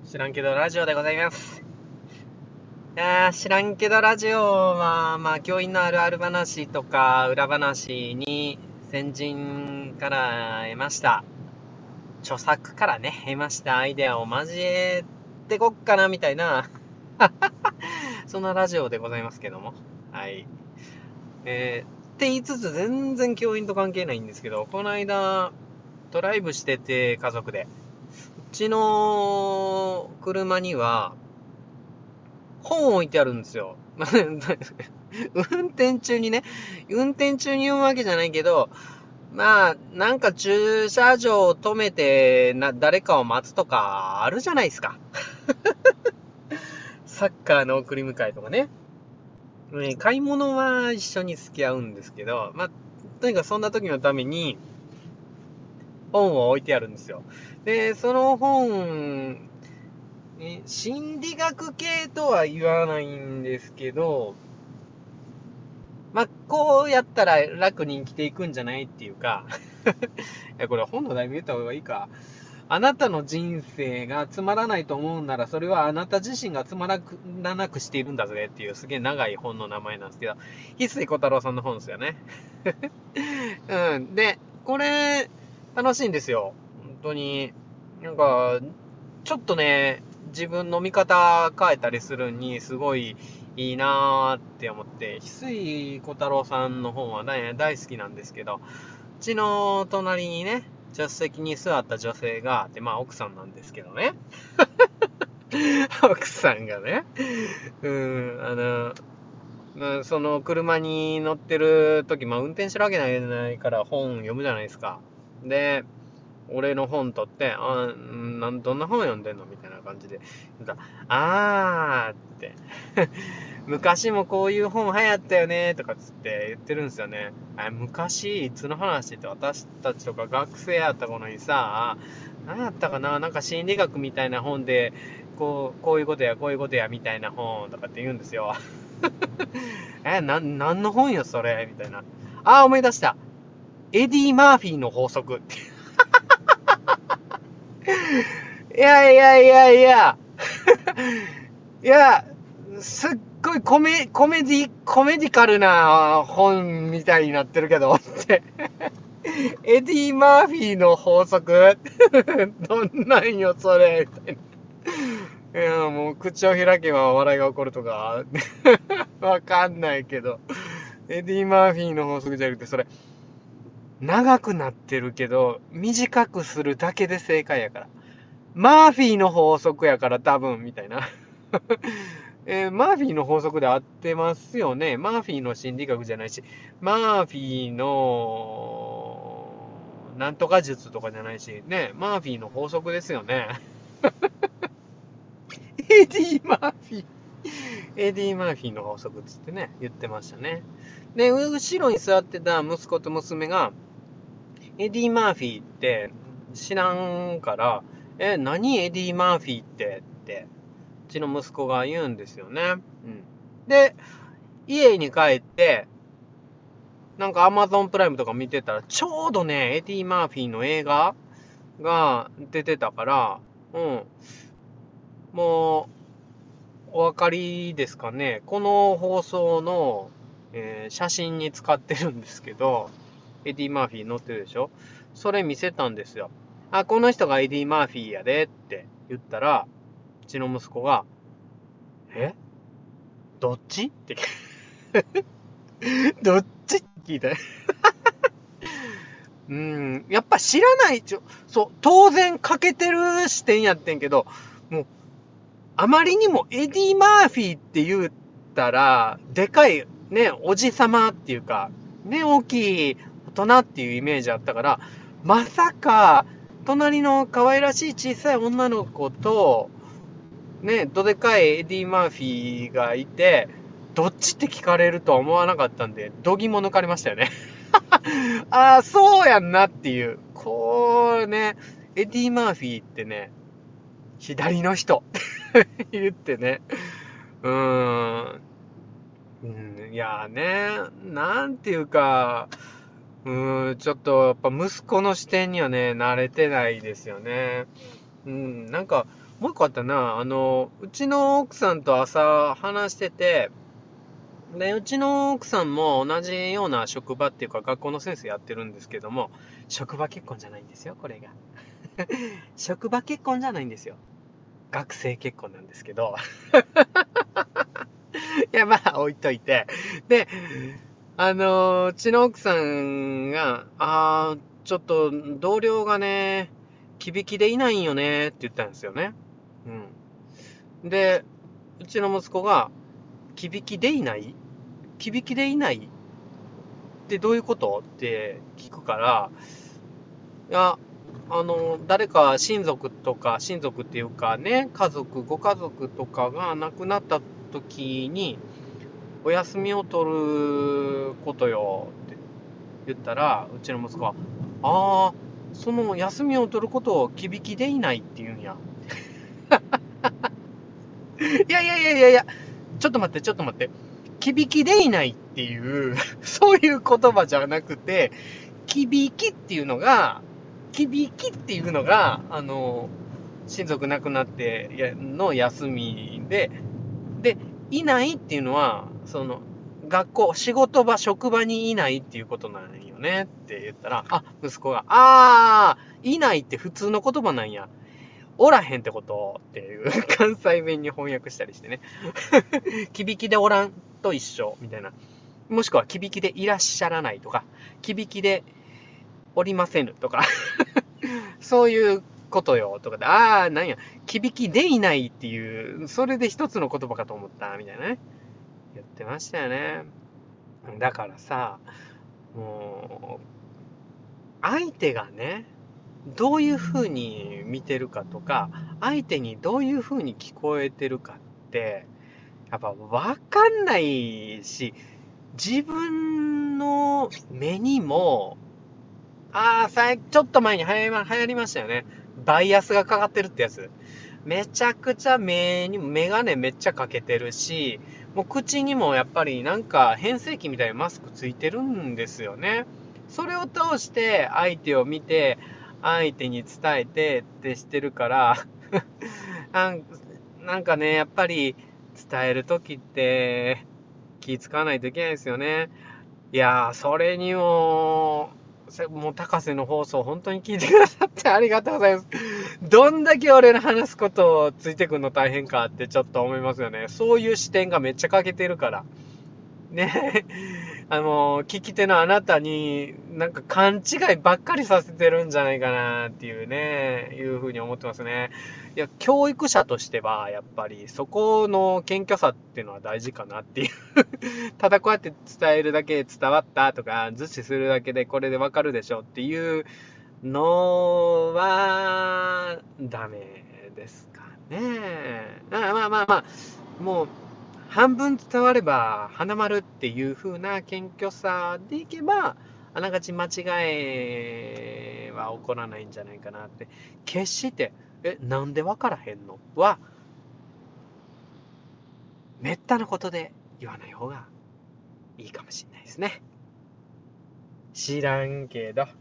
知らんけどラジオでございます。知らんけどラジオは、教員のあるある話とか裏話に先人から得ました。著作からね、得ましたアイデアを交えてこっかな、みたいな、そんなラジオでございますけども。はい。って言いつつ全然教員と関係ないんですけど、この間、ドライブしてて家族で。うちの車には、本置いてあるんですよ。運転中に読むわけじゃないけど、なんか駐車場を止めて、誰かを待つとか、あるじゃないですか。サッカーの送り迎えとかね。買い物は一緒に付き合うんですけど、とにかくそんな時のために、本を置いてあるんですよ。で、その本、心理学系とは言わないんですけど、こうやったら楽に生きていくんじゃないっていうかいや、これ本の題名言った方がいいか。あなたの人生がつまらないと思うなら、それはあなた自身がつまらなくしているんだぜっていうすげえ長い本の名前なんですけど、翡翠小太郎さんの本ですよね。うん。で、これ、楽しいんですよ。本当に。なんか、ちょっとね、自分の見方変えたりするに、すごいいいなーって思って、翡翠小太郎さんの本はね、大好きなんですけど、うちの隣にね、助手席に座った女性が、で、奥さんなんですけどね。奥さんがね、その車に乗ってる時、運転してるわけないから本読むじゃないですか。で、俺の本取って、どんな本読んでんのみたいな感じで言ったら、って。昔もこういう本流行ったよねとかつって言ってるんですよね。昔、いつの話って私たちとか学生やった頃にさ、何やったかな、なんか心理学みたいな本で、こういうことや、こういうことや、みたいな本とかって言うんですよ。なんの本よ、それみたいな。思い出した。エディ・マーフィーの法則って。いやいやいやいや。いや、すっごいコメディカルな本みたいになってるけどって。エディ・マーフィーの法則どんなんよ、それみたいな。いや、もう口を開けば笑いが起こるとか、わかんないけど。エディ・マーフィーの法則じゃなくて、それ、長くなってるけど、短くするだけで正解やから。マーフィーの法則やから多分、みたいな。マーフィーの法則で合ってますよね。マーフィーの心理学じゃないし、マーフィーのなんとか術とかじゃないし、ね、マーフィーの法則ですよね。エディ・マーフィー。エディ・マーフィーの法則っつってね、言ってましたね。で、後ろに座ってた息子と娘が、エディ・マーフィーって知らんから、何エディ・マーフィーってうちの息子が言うんですよね。うん。で、家に帰って、なんか Amazon プライムとか見てたら、ちょうどね、エディ・マーフィーの映画が出てたから、もう、お分かりですかね。この放送の、写真に使ってるんですけど、エディ・マーフィー載ってるでしょ。それ見せたんですよ。この人がエディ・マーフィーやでって言ったら、うちの息子が、えどっちってどっちって聞いた。やっぱ知らないそう、当然欠けてる視点やってんけど、もう、あまりにもエディ・マーフィーって言ったら、でかい、ね、おじさまっていうか、ね、大きい大人っていうイメージあったから、まさか、隣の可愛らしい小さい女の子と、ね、どでかいエディ・マーフィーがいて、どっちって聞かれるとは思わなかったんで、度肝抜かれましたよね。そうやんなっていう。こうね、エディ・マーフィーってね、左の人言ってね。うーん。いやね、なんていうか、ちょっとやっぱ息子の視点にはね、慣れてないですよね。 なんか、もう一個あったな。うちの奥さんと朝話してて、で、うちの奥さんも同じような職場っていうか学校の先生やってるんですけども、職場結婚じゃないんですよ、これが。職場結婚じゃないんですよ。学生結婚なんですけど。いや、まあ、置いといて。で、うちの奥さんが、ちょっと同僚がね、気引きでいないんよねって言ったんですよね。うん。で、うちの息子が、気引きでいない気引きでいないってどういうことって聞くから、いや、誰か親族っていうかね、ご家族とかが亡くなった時に、お休みを取ることよって言ったら、うちの息子は、その休みを取ることを気引きでいないって言うんや。いやいやいやいやいや、ちょっと待って、ちょっと待って。気引きでいないっていう、そういう言葉じゃなくて、気引きっていうのが、気引きっていうのが、親族亡くなっての休みで、いないっていうのは、学校、仕事場、職場にいないっていうことなんよねって言ったら、息子が、いないって普通の言葉なんや。おらへんってことっていう関西弁に翻訳したりしてね。気引きでおらんと一緒みたいな。もしくは気引きでいらっしゃらないとか、気引きでおりませぬとか、そういうことよとかで、なんや、気引きでいないっていう、それで一つの言葉かと思った、みたいなね。言ってましたよね。だからさ、もう、相手がね、どういう風に見てるかとか、相手にどういう風に聞こえてるかって、やっぱわかんないし、自分の目にも、ちょっと前に流行りましたよね。バイアスがかかってるってやつ。めちゃくちゃメガネめっちゃかけてるし、もう口にもやっぱりなんか変声機みたいなマスクついてるんですよね。それを通して相手を見て、相手に伝えてってしてるからなんなんかね、やっぱり伝えるときって気使わないといけないですよね。いやー、それにもう高瀬の放送本当に聞いてくださってありがとうございます。どんだけ俺の話すことをついてくるの大変かってちょっと思いますよね。そういう視点がめっちゃ欠けてるから。ね。聞き手のあなたになんか勘違いばっかりさせてるんじゃないかなっていうね、いうふうに思ってますね。いや、教育者としては、やっぱりそこの謙虚さっていうのは大事かなっていう。ただこうやって伝えるだけで伝わったとか、図示するだけでこれでわかるでしょっていうのは、ダメですかね。もう、半分伝われば花丸っていう風な謙虚さでいけば、あながち間違いは起こらないんじゃないかなって。決して、なんでわからへんのは、めったなことで言わない方がいいかもしれないですね。知らんけど。